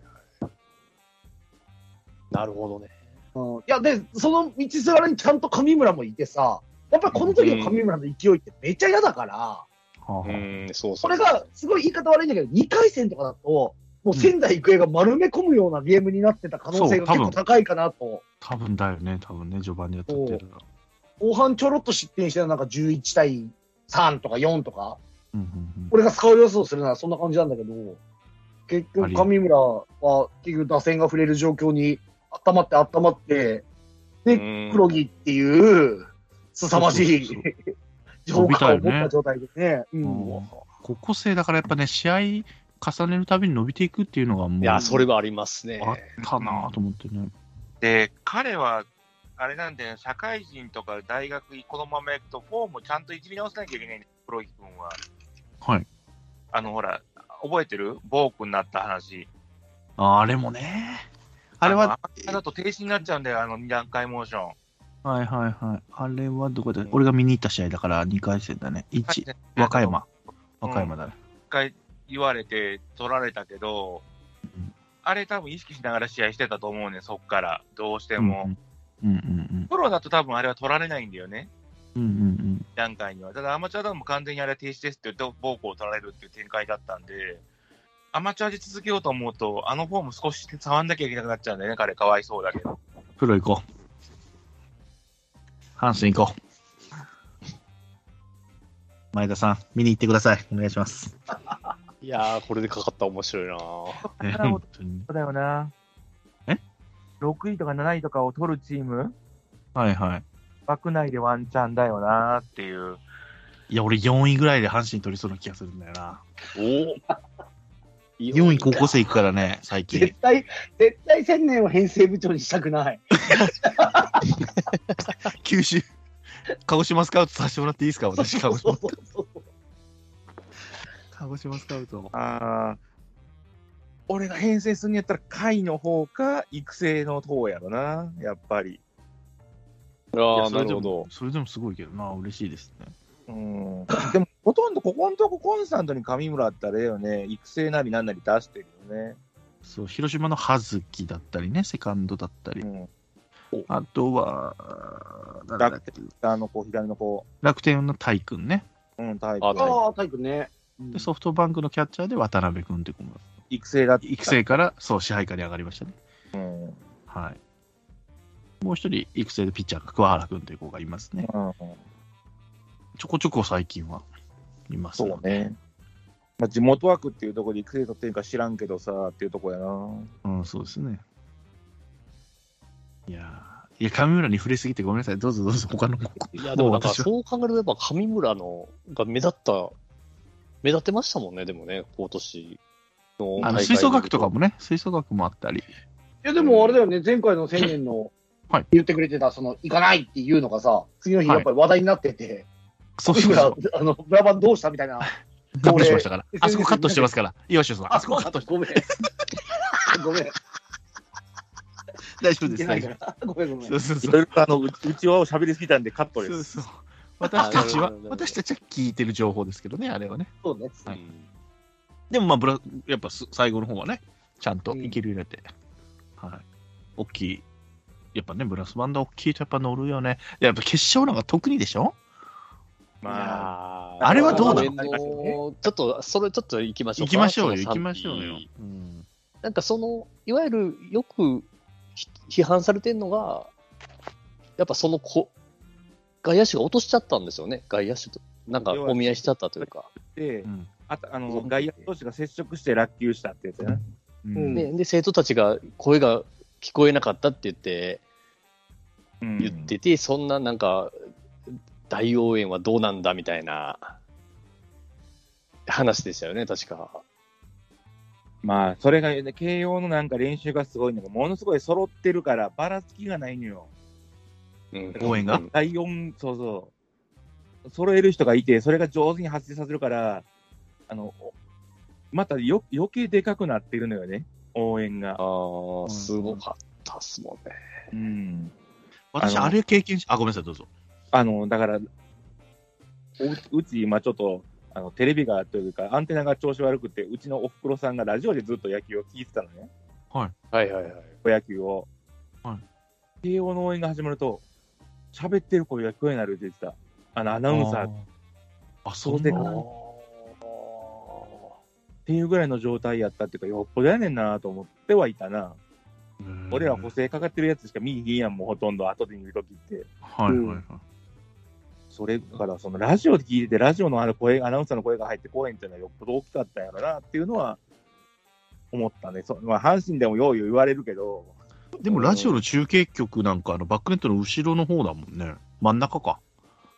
なるほどね。 いや、で、その道すがらにちゃんと上村もいてさ、やっぱりこの時の上村の勢いってめっちゃ嫌だから、それがすごい言い方悪いんだけど、2回戦とかだと、もう仙台育英が丸め込むようなゲームになってた可能性が結構高いかなと。 多分だよね、序盤にやってる。 後半ちょろっと失点してなんか11対3とか4とか、俺がスカウト予想するならそんな感じなんだけど、結局上村は結局打線が触れる状況に温まって、で、黒木っていう凄まじいジョーカーを持った状態ですね。 高校生だからやっぱね、試合重ねるたびに伸びていくっていうのがもう。 いや、それはありますね。 あったなと思ってね。 で、彼は、あれなんで、社会人とか大学このまま行くと、フォームちゃんといじり直さなきゃいけないんです、黒木君は。 はい。 ほら、覚えてるボークになった話。 あれもね。あれは。 だと停止になっちゃうんだよ、2段階モーション。 はいはいはい。あれはどこで、俺が見に行った試合だから2回戦だね。和歌山だね。 1回言われて取られたけど、あれ多分意識しながら試合してたと思うね、そっから、どうしても。プロだと多分あれは取られないんだよね。段階には。ただアマチュアだとも完全にあれは停止ですって言うと、ボークを取られるっていう展開だったんで、アマチュアで続けようと思うと、フォーム少し触んなきゃいけなくなっちゃうんだよね、彼、かわいそうだけど。 プロ行こう。阪神行こう。前田さん、見に行ってください。お願いします。 いやー、これでかかったら面白いな本当に。そうだよな。6位とか7位とかを取るチームはいはい。 枠内でワンチャンだよなっていう。 いや、俺4位ぐらいで阪神取りそうな気がするんだよな。4位高校生行くからね、最近。 絶対千年を編成部長にしたくない。 九州、鹿児島スカウトさせてもらっていいですか、私、鹿児島。鹿児島スカウト。 俺が編成するんやったら、下位の方か、育成の方やろな、やっぱり。 ああ、なるほど。 それでもすごいけどな、嬉しいですね。 でも、ほとんどここのとこコンスタントに上村あったらよね、育成なりなんなり出してるよね。 そう、広島の葉月だったりね、セカンドだったり。あとは、 楽天の子、左の子。 楽天のタイ君ね。 タイ君ね。 で、ソフトバンクのキャッチャーで渡辺君って子も。 育成から、 そう、支配下に上がりましたね。はい。もう一人、育成でピッチャーが桑原君という子がいますね。ちょこちょこ最近はいます、 ね。そうね。まあ、地元枠っていうところで育成取ってるか知らんけどさ、っていうところやな。 そうですね。いや、上村に触れすぎてごめんなさい。どうぞ他の子。 いや、でもなんかそう考えると、やっぱ上村のが目立ってましたもんね、でもね、今年の。 吹奏楽とかもね、吹奏楽もあったり。 いや、でもあれだよね、前回の1000年の言ってくれてた、行かないっていうのがさ、次の日やっぱり話題になってて、 そうブラバンどうしたみたいな。 カットしましたから。あそこカットしてますから。よしよし、 あそこカットして。ごめん。 大丈夫です。 ごめん。 うちわを喋りすぎたんでカットです。 そう。私たちは聞いてる情報ですけどね、あれはね。 そうね。 でもやっぱ最後の方はね、ちゃんといけるようになって。はい。大きい。やっぱね、ブラスバンド大きいとやっぱ乗るよね。やっぱ決勝なんか特にでしょ？あれはどうなの？ ちょっと行きましょうか。 行きましょうよ。 なんかいわゆるよく批判されてるのが、やっぱ外野手が落としちゃったんですよね。外野手と。なんかお見合いしちゃったというか。 で、外野同士が接触して落球したってやつやね。で、生徒たちが声が聞こえなかったって言ってて、そんななんか、大応援はどうなんだみたいな話でしたよね、確か。 まあ、それが、ね、慶応のなんか練習がすごいのが、ものすごい揃ってるから、ばらつきがないのよ。 応援が第4、そう。揃える人がいて、それが上手に発生させるから、また余計でかくなってるのよね、応援が。 すごかったっすもんね。 私、あれ経験し、ごめんなさい、どうぞ。 だから、うち今ちょっと、テレビがというか、アンテナが調子悪くて、うちのおふくろさんがラジオでずっと野球を聞いてたのね。 はい。 はいはいはい。 小野球を。 はい。 慶応の応援が始まると、喋ってる声が聞こえになるって言ってた。アナウンサー。 そうでか。 っていうぐらいの状態やったっていうか、よっぽどやねんなと思ってはいたな。俺ら補正かかってるやつしか見えへんやん、もうほとんど後で見るときって。 はいはいはい。 それから、そのラジオで聞いてて、ラジオの声、アナウンサーの声が入ってこへんっていうのはよっぽど大きかったんやろなっていうのは思ったね。阪神でもよう言われるけど。 でもラジオの中継局なんか、バックネットの後ろの方だもんね。真ん中か。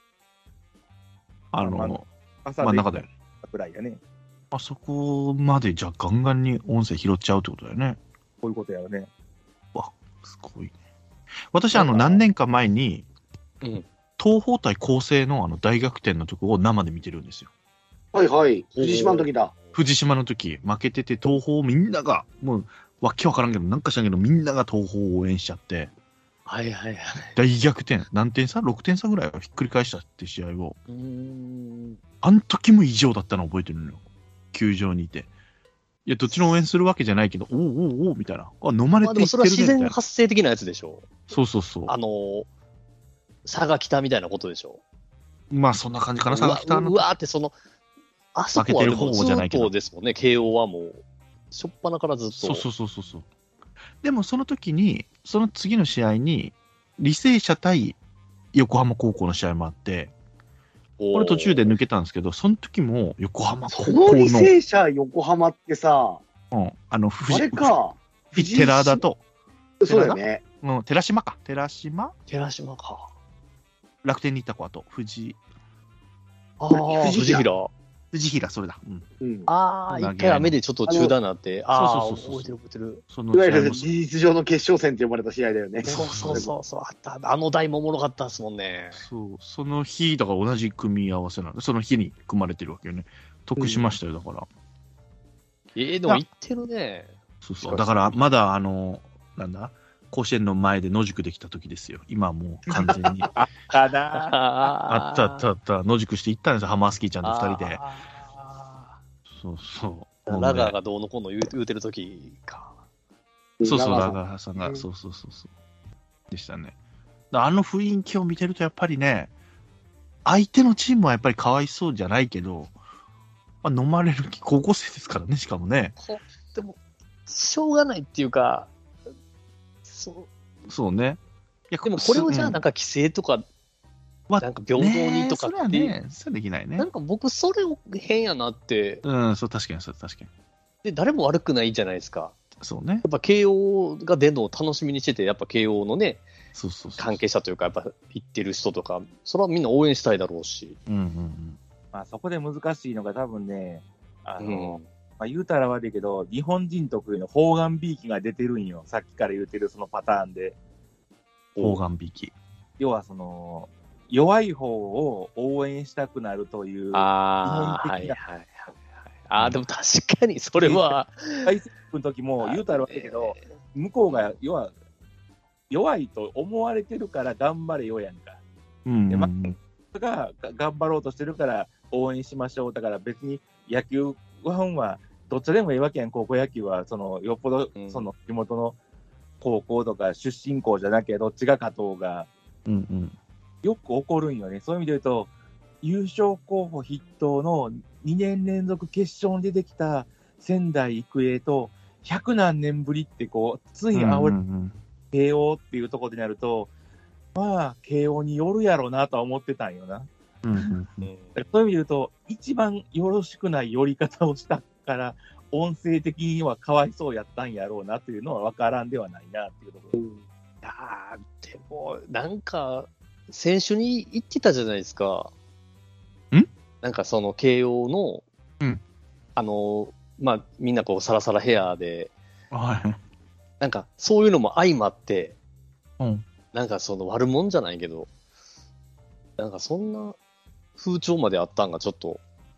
真ん中だよ。 ぐらいやね。 あそこまでじゃあガンガンに音声拾っちゃうってことだよね。 こういうことやよね。 わ、すごいね。私、何年か前に、東邦対高星の大逆転のとこを生で見てるんですよ。 はいはい。藤島の時だ。 藤島の時、負けてて、東邦みんなが、もう、わけわからんけど、なんか知らんけど、みんなが東邦を応援しちゃって、 はいはいはい。 大逆転。何点差 ?6 点差ぐらいをひっくり返したって試合を。あの時も異常だったの覚えてるのよ。球場にいて。いや、どっちの応援するわけじゃないけど、おうみたいな。飲まれていってるね。 でもそれは自然発生的なやつでしょ。 そうそうそう。 佐賀北みたいなことでしょ。 まあ、そんな感じかな、佐賀北の。 うわーってあそこはでもずっとですもんね、慶応はもう、しょっぱなからずっと。 そう。でもその時に、その次の試合に、履正社対横浜高校の試合もあって、これ途中で抜けたんですけど、その時も横浜高校の。 その履正社横浜ってさ、 あれか。 寺田と。 そうだよね。 寺島か。寺島か。 楽天に行った子と、藤平、それだ。 一回雨でちょっと中断になって、覚えてる。 いわゆる事実上の決勝戦って呼ばれた試合だよね。 そう、あった。あの台もおもろかったですもんね。 そう、その日、だから同じ組み合わせなんで、その日に組まれてるわけよね。得しましたよ、だから。 でも言ってるね。 そう、だからまだ、なんだ、甲子園の前で野宿できた時ですよ。今はもう完全に。あった。野宿して行ったんですよ、ハマースキーちゃんと2人で。そう。 ラガーがどうのこうの言うてる時か。 そう、ラガーさんが、そう。でしたね。あの雰囲気を見てると、やっぱりね、相手のチームはやっぱりかわいそうじゃないけど、飲まれる気、高校生ですからね、しかもね。 でも、しょうがないっていうか、 そうね。 でもこれをじゃあなんか規制とか、なんか平等にとかっていう。 それできないね。 なんか僕それを変やなって。 そう、確かに。 で、誰も悪くないじゃないですか。 そうね。 やっぱ慶応が出るのを楽しみにしてて、やっぱ慶応のね、関係者というか、やっぱ行ってる人とか、それはみんな応援したいだろうし。 まあそこで難しいのが多分ね、言うたら悪いけど、日本人特有の方眼びいきが出てるんよ。さっきから言うてるそのパターンで。 方眼びいき。 要は弱い方を応援したくなるという。 でも確かにそれは。 解説の時も言うたら悪いけど、向こうが弱いと思われてるから頑張れよやんか。が頑張ろうとしてるから応援しましょう。だから別に野球ファンはどっちでもいいわけやん。高校野球はよっぽど地元の高校とか出身校じゃなきゃどっちが勝とうが、よく起こるんよね。そういう意味で言うと優勝候補筆頭の2年連続決勝に出てきた仙台育英と100何年ぶりってつい煽り慶応っていうところになると、まあ慶応によるやろうなとは思ってたんよな。そういう意味で言うと、一番よろしくない寄り方をしたから、音声的にはかわいそうやったんやろうなというのは分からんではないなっていうところ。 でも、なんか、先週に言ってたじゃないですか。なんか慶応の、みんなサラサラヘアで、なんかそういうのも相まって、なんか悪もんじゃないけど、なんかそんな風潮まであったんがちょっと、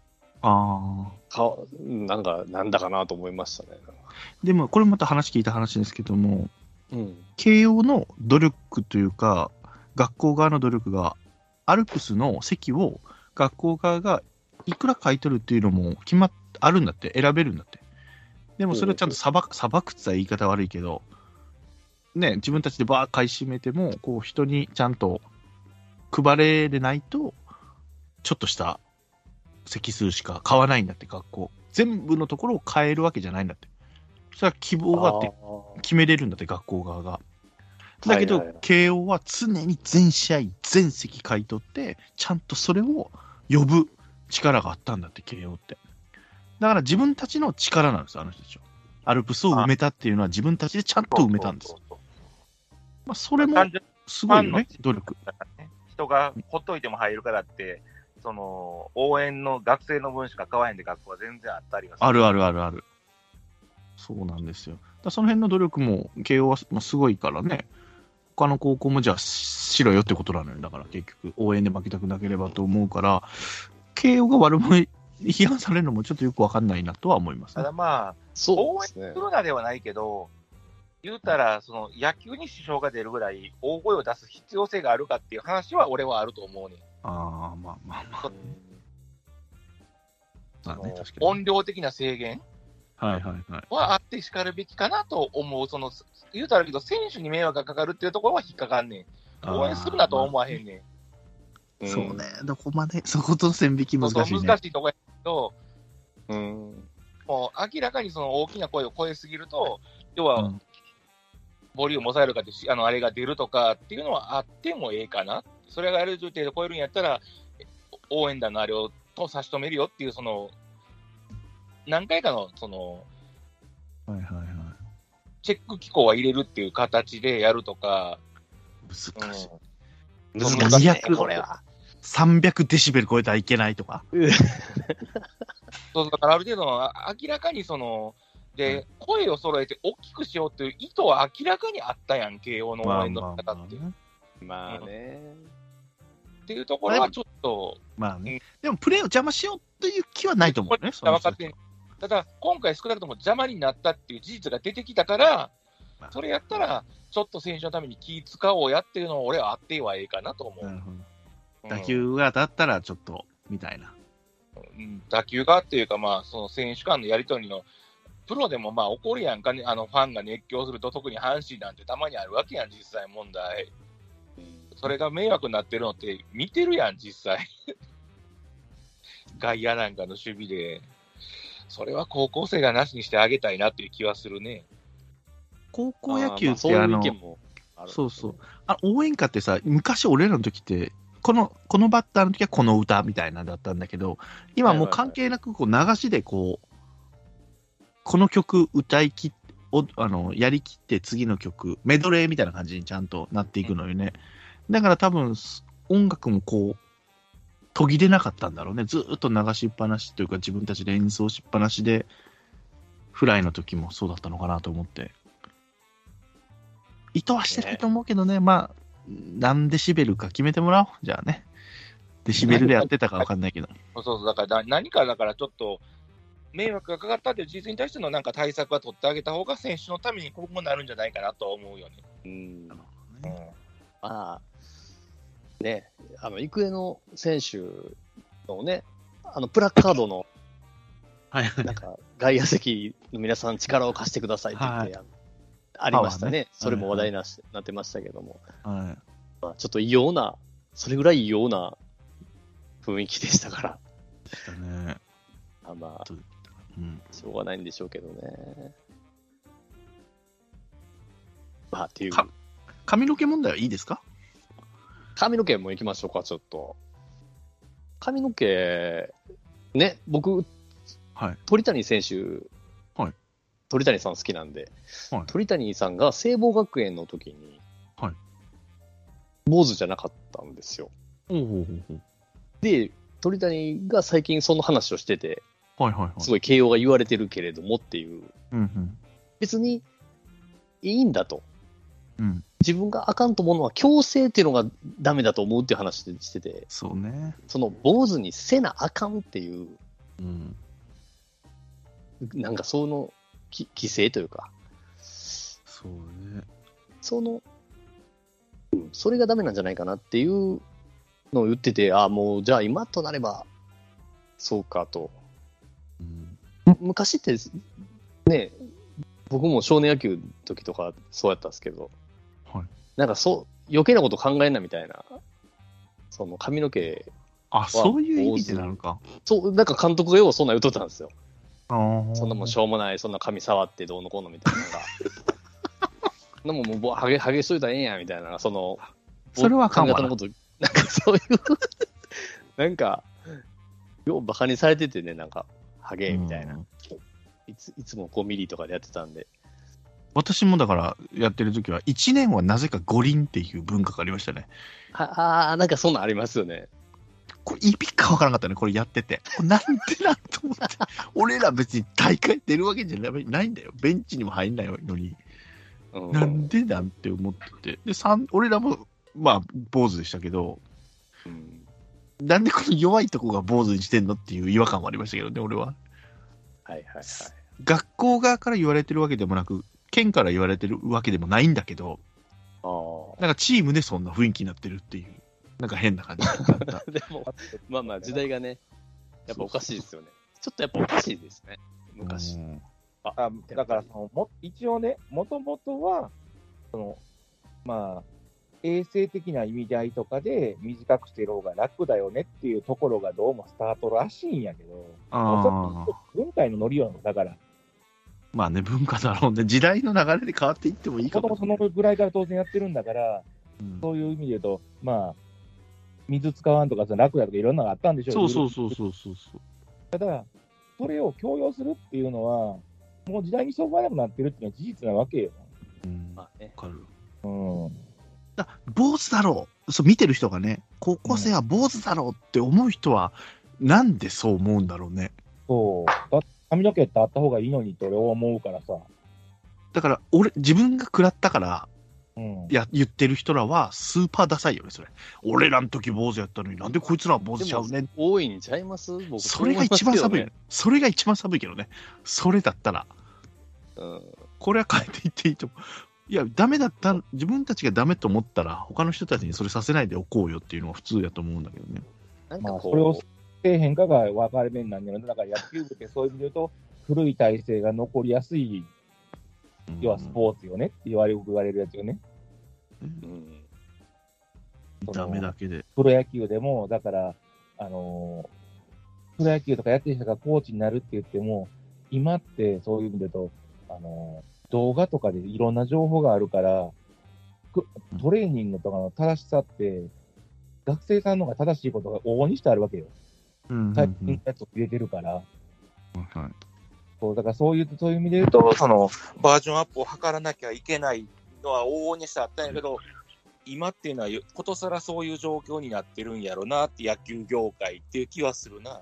なんだかなと思いましたね。 でも、これまた聞いた話ですけども、慶応の努力というか、 学校側の努力が、アルプスの席を学校側がいくら買い取るっていうのもあるんだって、選べるんだって。でもそれをちゃんと裁くって言ったら言い方悪いけど、ね、自分たちでバー買い占めても、こう人にちゃんと配れれないと、ちょっとした席数しか買わないんだって、学校。全部のところを変えるわけじゃないんだって。それは希望があって決めれるんだって、学校側が。だけど、慶応は常に全試合、全席買い取って、ちゃんとそれを呼ぶ力があったんだって、慶応って。だから自分たちの力なんですよ、あの人たちは。アルプスを埋めたっていうのは自分たちでちゃんと埋めたんです。まあ、それもすごいよね、努力。 人がほっといても入るからって、その応援の学生の分しか買わへんで学校は全然あったりはする。 あるあるあるある。そうなんですよ。その辺の努力も慶応はすごいからね。他の高校もじゃあしろよってことなのよ。だから結局応援で負けたくなければと思うから、慶応が悪者批判されるのもちょっとよくわかんないなとは思います、ね。 ただまあ、応援するなではないけど、言うたら、その野球に支障が出るぐらい大声を出す必要性があるかっていう話は俺はあると思うね。 ああ、まあまあまあ。 まあね、確かに音量的な制限はあってしかるべきかなと思う。その言うたらけど、選手に迷惑がかかるっていうところは引っかかんねん。応援するなとは思わへんねん。そうね、どこまで、そことの線引き難しいね。 そう難しいところやけど、もう明らかにその大きな声を超えすぎると、要は、ボリュームを抑えるかって、あれが出るとかっていうのはあってもええかな。それがある程度超えるんやったら、応援団のあれを差し止めるよっていう、その、何回かの、その、チェック機構は入れるっていう形でやるとか。 難しい。難しいね、これは。300デシベル超えたらいけないとか。 そう、だからある程度の、明らかにその、で、声を揃えて大きくしようという意図は明らかにあったやん、慶応の応援の仕方って。 まあね。 っていうところはちょっと。 まあね。でも、プレーを邪魔しようという気はないと思うね。 分かってん。ただ、今回少なくとも邪魔になったっていう事実が出てきたから、それやったら、ちょっと選手のために気使おうやっていうのを俺はあってはええかなと思う。 打球が当たったらちょっと、みたいな。 打球がっていうか、まあ、その選手間のやり取りの、プロでもまあ怒るやんかね、ファンが熱狂すると、特に阪神なんてたまにあるわけやん、実際問題。それが迷惑になってるのって見てるやん、実際。外野なんかの守備で。それは高校生がなしにしてあげたいなっていう気はするね。 高校野球ってそうそう。応援歌ってさ、昔俺らの時って、このバッターの時はこの歌みたいなのだったんだけど、今もう関係なくこう流しでこう、この曲歌い切って、やりきって次の曲、メドレーみたいな感じにちゃんとなっていくのよね。だから多分、音楽もこう、途切れなかったんだろうね。ずっと流しっぱなしというか、自分たちで演奏しっぱなしで、フライの時もそうだったのかなと思って。意図はしてないと思うけどね、まあ、何デシベルか決めてもらおう。じゃあね。デシベルでやってたか分かんないけど。 そう、だから何かだからちょっと、迷惑がかかったという事実に対してのなんか対策は取ってあげた方が選手のために今後なるんじゃないかなと思うよね。 まあ、ね、育英の選手のね、プラッカードの、なんか、外野席の皆さん力を貸してくださいって言って、ありましたね。それも話題になってましたけども。まあ、ちょっと異様な、それぐらい異様な雰囲気でしたから。 でしたね。 まあ、しょうがないんでしょうけどね。まあ、っていう。 髪の毛問題はいいですか？ 髪の毛も行きましょうか、ちょっと。髪の毛、ね、僕、鳥谷選手、鳥谷さん好きなんで、鳥谷さんが聖望学園の時に、坊主じゃなかったんですよ。で、鳥谷が最近その話をしてて、すごい慶応が言われてるけれどもっていう、別にいいんだと。自分があかんと思うのは強制っていうのがダメだと思うっていう話でしてて、 そうね。 その坊主にせなあかんっていう、なんかその規制というか、 そうね。 そそれがダメなんじゃないかなっていうのを言ってて、もうじゃあ今となれば、そうかと。昔ってね、僕も少年野球の時とかそうやったんですけど、 はい、 なんか余計なこと考えんなみたいな、その髪の毛。 そういう意味でなのか。 そう、なんか監督がようそんな言っとったんですよ。 そんなもんしょうもない、そんな髪触ってどうのこうのみたいなのが。そんなもんハゲしといたらええんやみたいな、それは髪型のこと、なんかそういう、なんか、ようバカにされててね、なんか、ハゲみたいな。いつも5ミリとかでやってたんで。 私もだからやってる時は、1年はなぜか五輪っていう文化がありましたね。 なんかそんなんありますよね。 これ意味かわからなかったね、これやってて。なんでなんと思って。俺ら別に大会出るわけじゃないんだよ。ベンチにも入んないのに。なんでなんて思ってて。で、俺らも、まあ、坊主でしたけど、なんでこの弱いとこが坊主にしてんのっていう違和感もありましたけどね、俺は。学校側から言われてるわけでもなく、県から言われてるわけでもないんだけど、なんかチームでそんな雰囲気になってるっていう、なんか変な感じだった。 でも、まあ時代がね、やっぱおかしいですよね。ちょっとやっぱおかしいですね、昔。 だから一応ね、もともとは、衛生的な意味合いとかで短くしてる方が楽だよねっていうところがどうもスタートらしいんやけど、文化のノリよ、だから。 まあね、文化だろうね。時代の流れで変わっていってもいいかも。 もともとそのぐらいから当然やってるんだから、そういう意味で言うと、水使わんとか楽だとかいろんなのがあったんでしょう。 そう。 ただ、それを強要するっていうのは、もう時代にそぐわなくなってるっていうのは事実なわけよ。 まあね。わかる。 坊主だろう。そう、見てる人がね、高校生は坊主だろうって思う人は、なんでそう思うんだろうね。 そう。髪の毛ってあった方がいいのにって俺は思うからさ。 だから、自分が食らったから、言ってる人らはスーパーダサいよね、それ。俺らの時坊主やったのになんでこいつらは坊主ちゃうねん。 大いにちゃいます？僕それが一番寒い。それが一番寒いけどね。それだったら。これは変えていっていいと思う。いや、ダメだった、自分たちがダメと思ったら、他の人たちにそれさせないでおこうよっていうのが普通やと思うんだけどね。 それをせえへんかが分かれ目になるんだよね。だから野球部ってそういう意味で言うと、古い体制が残りやすい、要はスポーツよねってよく言われるやつよね。 ダメだけで。 プロ野球でも、だから、プロ野球とかやってる人がコーチになるって言っても、今ってそういう意味で言うと、動画とかでいろんな情報があるから、トレーニングとかの正しさって、学生さんの方が正しいことが往々にしてあるわけよ。最近のやつを入れてるから。そうだからそういう意味で言うと、バージョンアップを図らなきゃいけないのは往々にしてあったんやけど、今っていうのは、ことさらそういう状況になってるんやろなって、野球業界っていう気はするな。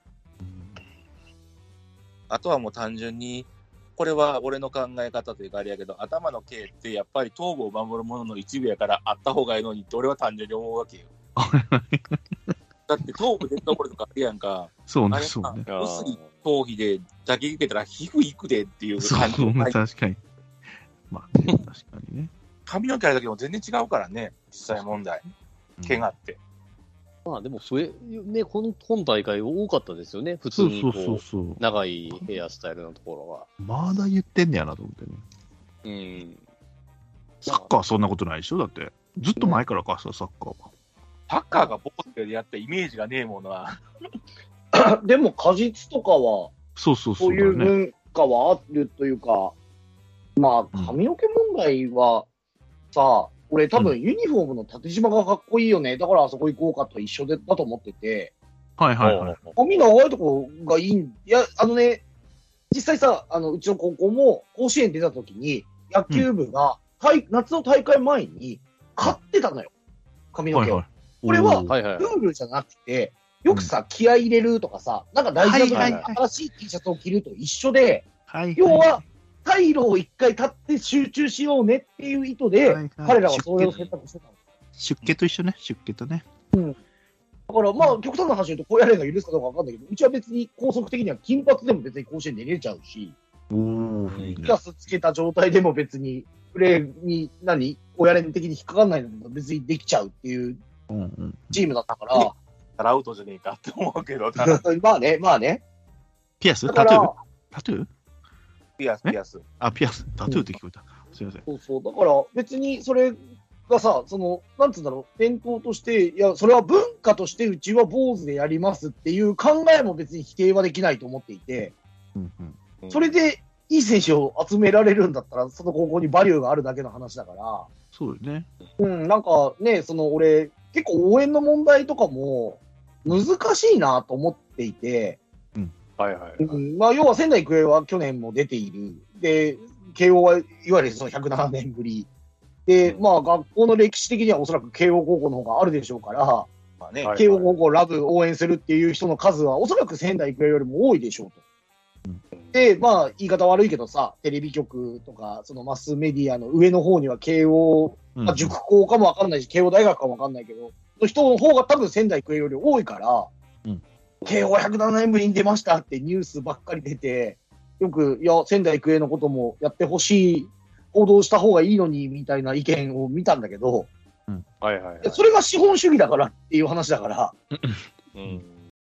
あとはもう単純に、これは俺の考え方というかあれやけど、頭の毛ってやっぱり頭部を守るものの一部やからあった方がいいのにって俺は単純に思うわけよ。だって頭部で残るとかあるやんか。 そうね。 薄い頭皮でだけ受けたら皮膚いくでっていう感じ。 そうね、確かに。まあ、確かにね。 髪の毛あるだけも全然違うからね、実際問題。毛があって。 まあでもね、今大会多かったですよね、普通に長いヘアスタイルのところは。 まだ言ってんねやなと思ってね。サッカーはそんなことないでしょだって。ずっと前からか、サッカーは。 サッカーが坊主でやったイメージがねえものは。 でも果実とかは、 そういう文化はあるというか、まあ髪の毛問題はさ、俺多分ユニフォームの縦縞がかっこいいよね。だからあそこ行こうかと一緒だと思ってて。 髪長いとこがいいいや、実際さ、うちの高校も甲子園出た時に、野球部が、夏の大会前に買ってたのよ。髪の毛を。これは、ルールじゃなくて、よくさ、気合い入れるとかさ、なんか大事な時に新しい T シャツを着ると一緒で、要は、退路を一回立って集中しようねっていう意図で、彼らはそれを選択してたの。 出家と一緒ね、出家とね。 だからまあ、極端な話言うと、こうやれが許すかどうかわかんないけど、うちは別に高速的には金髪でも別に甲子園で出れちゃうし、 キャスつけた状態でも別に、プレーに親連的に引っかかんないんだけど、別にできちゃうっていうチームだったから。 アウトじゃねえかって思うけど。 まあね。 ピアスタトゥーピアス。 ピアス。タトゥーって聞こえた。すいません。 そう。だから別にそれがさ、なんつうんだろう、伝統として、いや、それは文化としてうちは坊主でやりますっていう考えも別に否定はできないと思っていて、それでいい選手を集められるんだったら、その高校にバリューがあるだけの話だから。 そうよね。 なんかね、俺、結構応援の問題とかも難しいなと思っていて、まあ、要は仙台育英は去年も出ている。で、慶応はいわゆるその107年ぶり。で、まあ、学校の歴史的にはおそらく慶応高校の方があるでしょうから、まあね、慶応高校ラブ応援するっていう人の数はおそらく仙台育英よりも多いでしょうと。で、まあ、言い方悪いけどさ、テレビ局とか、そのマスメディアの上の方には慶応、まあ、塾校かもわかんないし、慶応大学かもわかんないけど、の人の方が多分仙台育英より多いから、慶応107年ぶりに出ましたってニュースばっかり出て、よく、いや、仙台育英のこともやってほしい、報道した方がいいのに、みたいな意見を見たんだけど、それが資本主義だからっていう話だから、